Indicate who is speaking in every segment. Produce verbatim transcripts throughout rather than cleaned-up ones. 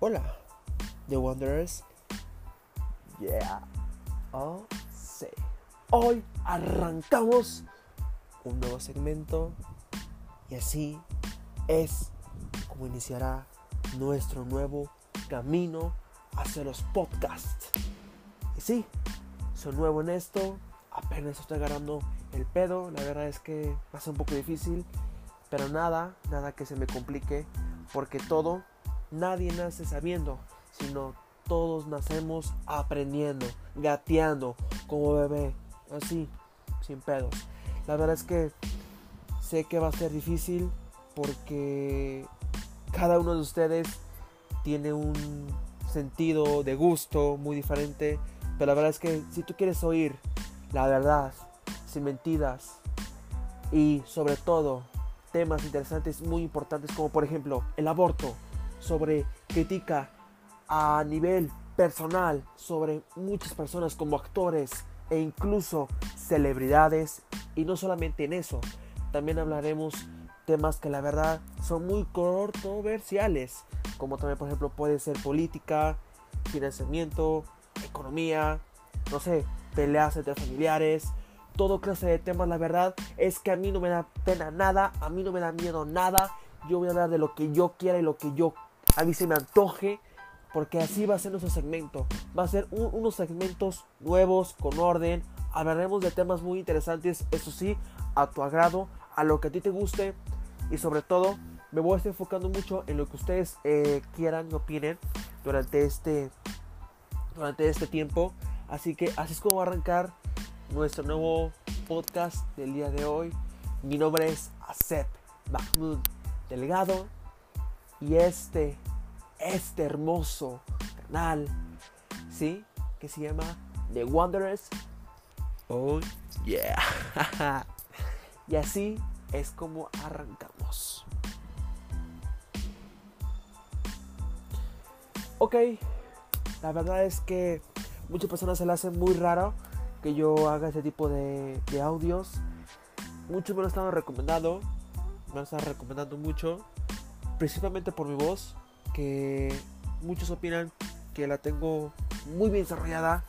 Speaker 1: Hola, The Wanderers. Yeah, oh, sí. Hoy arrancamos un nuevo segmento y así es como iniciará nuestro nuevo camino hacia los podcasts. Y sí, soy nuevo en esto, apenas estoy agarrando el pedo. La verdad es que va a ser un poco difícil, pero nada, nada que se me complique, porque todo, nadie nace sabiendo, sino todos nacemos aprendiendo, gateando, como bebé, así, sin pedos. La verdad es que sé que va a ser difícil porque cada uno de ustedes tiene un sentido de gusto muy diferente, pero la verdad es que si tú quieres oír la verdad, sin mentiras y sobre todo temas interesantes muy importantes como por ejemplo el aborto, sobre crítica a nivel personal sobre muchas personas como actores e incluso celebridades, y no solamente en eso, también hablaremos temas que la verdad son muy controversiales, como también por ejemplo puede ser política, financiamiento, economía, no sé, peleas entre familiares, todo clase de temas. La verdad es que a mí no me da pena nada, a mí no me da miedo nada. Yo voy a hablar de lo que yo quiera y lo que yo a mí se me antoje, porque así va a ser nuestro segmento. Va a ser un, unos segmentos nuevos, con orden. Hablaremos de temas muy interesantes, eso sí, a tu agrado, a lo que a ti te guste, y sobre todo me voy a estar enfocando mucho en lo que ustedes eh, quieran y opinen durante este durante este tiempo. Así que así es como va a arrancar nuestro nuevo podcast del día de hoy. Mi nombre es Asep Mahmoud Delgado y este, este hermoso canal, ¿sí? Que se llama The Wanderers. Oh yeah. Y así es como arrancamos. Ok, la verdad es que muchas personas se le hace muy raro que yo haga este tipo de, de audios. Muchos me lo estaban recomendando, me lo estaban recomendando mucho, principalmente por mi voz, que muchos opinan que la tengo muy bien desarrollada,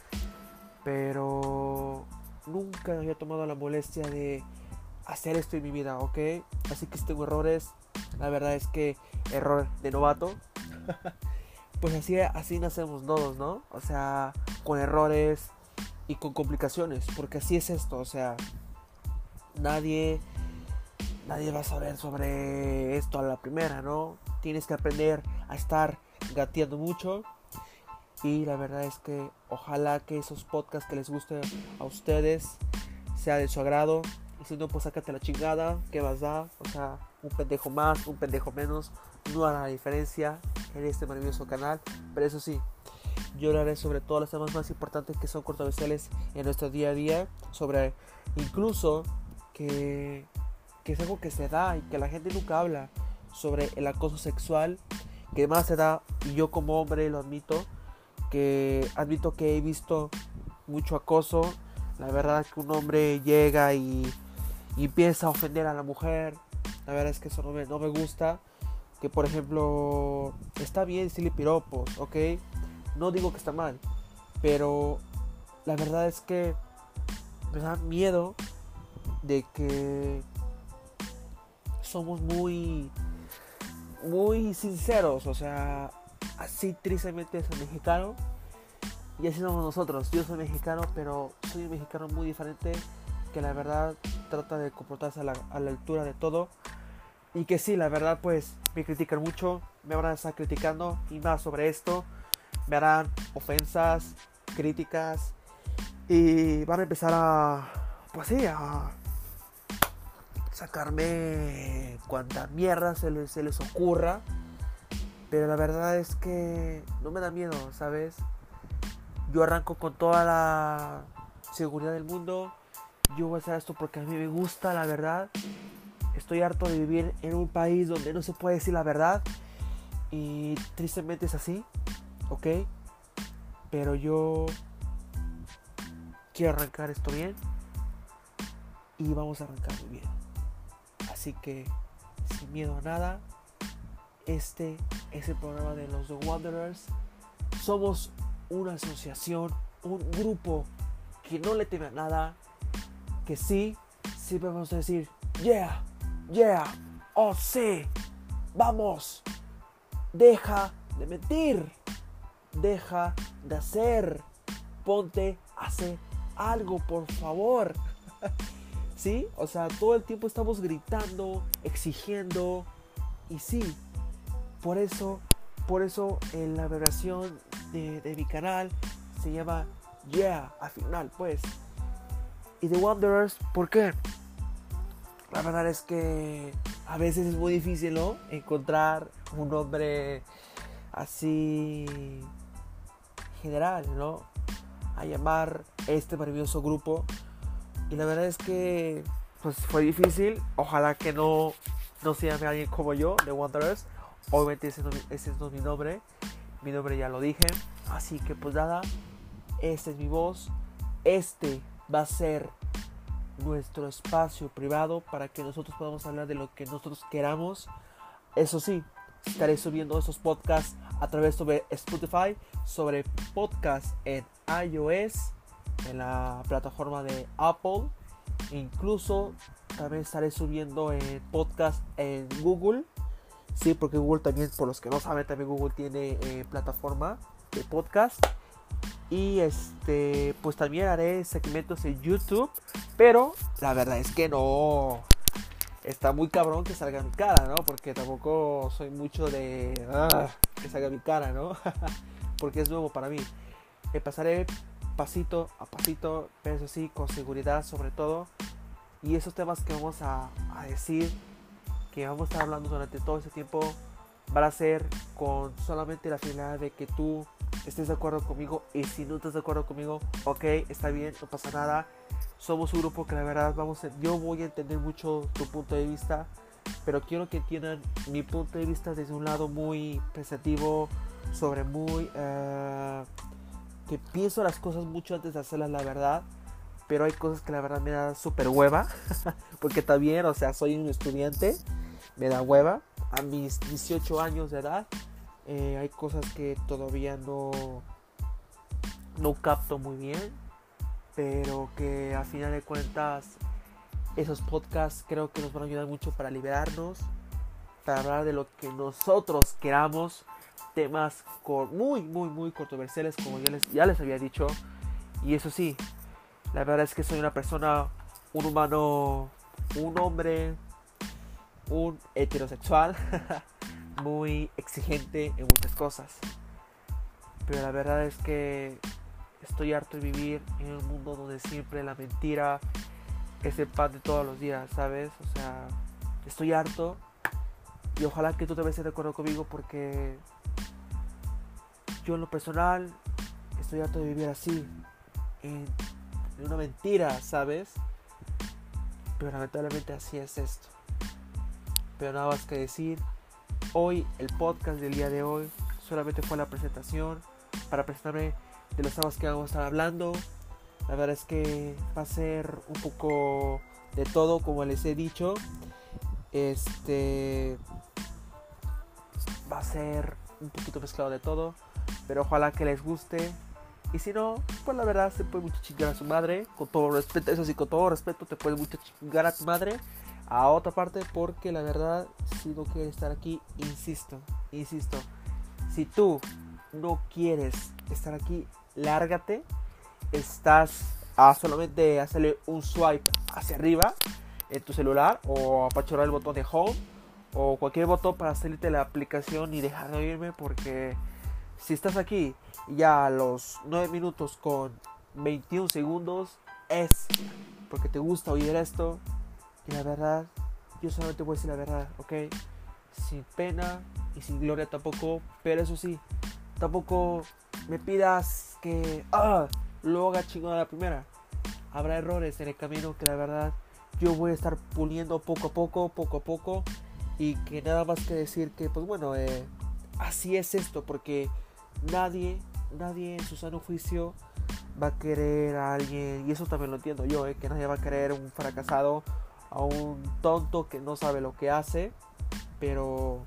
Speaker 1: pero nunca había tomado la molestia de hacer esto en mi vida, ¿ok? Así que si tengo errores, la verdad es que error de novato. Pues así, así nacemos todos, ¿no? O sea, con errores y con complicaciones, porque así es esto, o sea, nadie, nadie va a saber sobre esto a la primera, ¿no? Tienes que aprender a estar gateando mucho, y la verdad es que ojalá que esos podcasts que les guste a ustedes sea de su agrado, y si no, pues sácate la chingada, ¿qué más da? O sea, un pendejo más, un pendejo menos, no hará la diferencia en este maravilloso canal. Pero eso sí, yo hablaré sobre todos los temas más importantes que son controversiales en nuestro día a día, sobre incluso que, que es algo que se da y que la gente nunca habla, sobre el acoso sexual que más se da, y yo como hombre lo admito, que admito que he visto mucho acoso. La verdad es que un hombre llega y, y empieza a ofender a la mujer. La verdad es que eso no me, no me gusta. Que por ejemplo, está bien decirle piropos, ok, no digo que está mal, pero la verdad es que me da miedo de que somos muy muy sinceros, o sea, así tristemente es el mexicano, y así somos nosotros. Yo soy mexicano, pero soy un mexicano muy diferente, que la verdad trata de comportarse a la, a la altura de todo. Y que sí, la verdad, pues me critican mucho, me van a estar criticando y más sobre esto. Me harán ofensas, críticas, y van a empezar a, pues sí, a sacarme cuanta mierda se les, se les ocurra. Pero la verdad es que no me da miedo, ¿sabes? Yo arranco con toda la seguridad del mundo. Yo voy a hacer esto porque a mí me gusta, la verdad. Estoy harto de vivir en un país donde no se puede decir la verdad, y tristemente es así, ¿ok? Pero yo quiero arrancar esto bien, y vamos a arrancar muy bien. Así que sin miedo a nada, este es el programa de los The Wanderers. Somos una asociación, un grupo que no le teme a nada, que sí, siempre vamos a decir, yeah, yeah, oh sí, vamos, deja de mentir, deja de hacer, ponte a hacer algo, por favor. ¿Sí? O sea, todo el tiempo estamos gritando, exigiendo, y sí, por eso, por eso en la versión de, de mi canal se llama Yeah, al final, pues. Y The Wanderers, ¿por qué? La verdad es que a veces es muy difícil, ¿no? Encontrar un nombre así general, ¿no? A llamar este maravilloso grupo. Y la verdad es que pues fue difícil. Ojalá que no, no se llame alguien como yo, The Wanderers. Obviamente ese no, ese no es mi nombre. Mi nombre ya lo dije. Así que pues nada, esta es mi voz. Este va a ser nuestro espacio privado para que nosotros podamos hablar de lo que nosotros queramos. Eso sí, estaré subiendo esos podcasts a través de Spotify, sobre podcast en iOS, en la plataforma de Apple. Incluso también estaré subiendo en podcast en Google. Sí, porque Google también, por los que no saben, también Google tiene eh, plataforma de podcast. Y este, pues también haré segmentos en YouTube. Pero la verdad es que no está muy cabrón que salga mi cara, ¿no? Porque tampoco soy mucho de ah, que salga mi cara, ¿no? Porque es nuevo para mí. Me pasaré pasito a pasito, pero eso sí, con seguridad sobre todo. Y esos temas que vamos a, a decir, que vamos a estar hablando durante todo ese tiempo, van a ser con solamente la finalidad de que tú estés de acuerdo conmigo. Y si no estás de acuerdo conmigo, ok, está bien, no pasa nada. Somos un grupo que la verdad vamos a, yo voy a entender mucho tu punto de vista, pero quiero que entiendan mi punto de vista desde un lado muy pensativo, sobre muy uh, que pienso las cosas mucho antes de hacerlas, la verdad. Pero hay cosas que la verdad me da súper hueva porque también, o sea, soy un estudiante, me da hueva a mis dieciocho años de edad. eh, hay cosas que todavía no no capto muy bien, pero que a final de cuentas esos podcasts creo que nos van a ayudar mucho para liberarnos, para hablar de lo que nosotros queramos, temas con muy muy muy controversiales, como ya les, ya les había dicho. Y eso sí, la verdad es que soy una persona, un humano, un hombre, un heterosexual muy exigente en muchas cosas, pero la verdad es que estoy harto de vivir en un mundo donde siempre la mentira es el pan de todos los días, ¿sabes? O sea, estoy harto, y ojalá que tú también estés de acuerdo conmigo, porque yo en lo personal estoy harto de vivir así, en, en una mentira, ¿sabes? Pero lamentablemente así es esto. Pero nada más que decir, hoy el podcast del día de hoy solamente fue la presentación para presentarme de los temas que vamos a estar hablando. La verdad es que va a ser un poco de todo, como les he dicho. Este va a ser un poquito mezclado de todo, pero ojalá que les guste. Y si no, pues la verdad se puede mucho chingar a su madre, con todo respeto. Eso sí, con todo respeto, te puedes mucho chingar a tu madre a otra parte, porque la verdad, si no quieres estar aquí, insisto, insisto, si tú no quieres estar aquí, lárgate. Estás a solamente hacerle un swipe hacia arriba en tu celular, o apachurrar el botón de home o cualquier botón para salirte de la aplicación y dejar de oírme, porque si estás aquí ya a los nueve minutos con veintiún segundos es porque te gusta oír esto. Y la verdad, yo solamente voy a decir la verdad, ¿ok? Sin pena y sin gloria tampoco. Pero eso sí, tampoco me pidas que ah, lo haga chingón a la primera. Habrá errores en el camino que la verdad yo voy a estar puliendo poco a poco, poco a poco. Y que nada más que decir que, pues bueno, eh, así es esto. Porque nadie, nadie en su sano juicio va a querer a alguien, y eso también lo entiendo yo, eh, que nadie va a querer un fracasado, a un tonto que no sabe lo que hace. Pero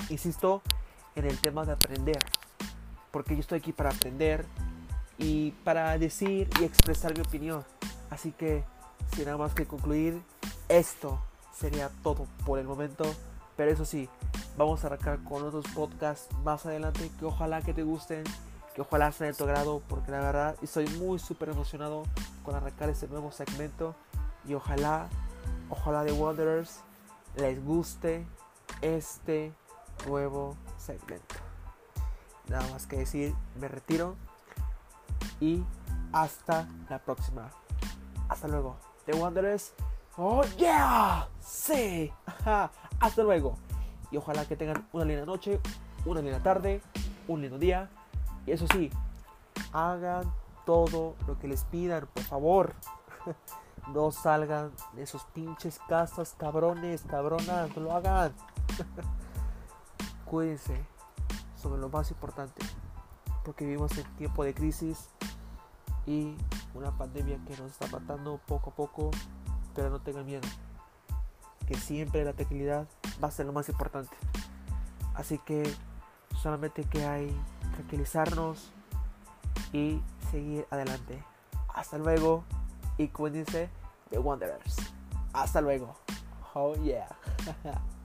Speaker 1: insisto en el tema de aprender, porque yo estoy aquí para aprender y para decir y expresar mi opinión. Así que, sin nada más que concluir, esto sería todo por el momento. Pero eso sí, vamos a arrancar con otros podcasts más adelante que ojalá que te gusten, que ojalá sean de tu agrado, porque la verdad estoy muy súper emocionado con arrancar este nuevo segmento. Y ojalá, ojalá The Wanderers les guste este nuevo segmento. Nada más que decir, me retiro y hasta la próxima. Hasta luego, The Wanderers. Oh yeah, sí. Hasta luego. Y ojalá que tengan una linda noche, una linda tarde, un lindo día. Y eso sí, hagan todo lo que les pidan, por favor. No salgan de esos pinches casas, cabrones, cabronas, no lo hagan. Cuídense, sobre lo más importante, porque vivimos en tiempo de crisis y una pandemia que nos está matando poco a poco. Pero no tengan miedo, que siempre la tranquilidad va a ser lo más importante. Así que solamente que hay tranquilizarnos y seguir adelante. Hasta luego y cuídense, The Wanderers. Hasta luego. Oh yeah.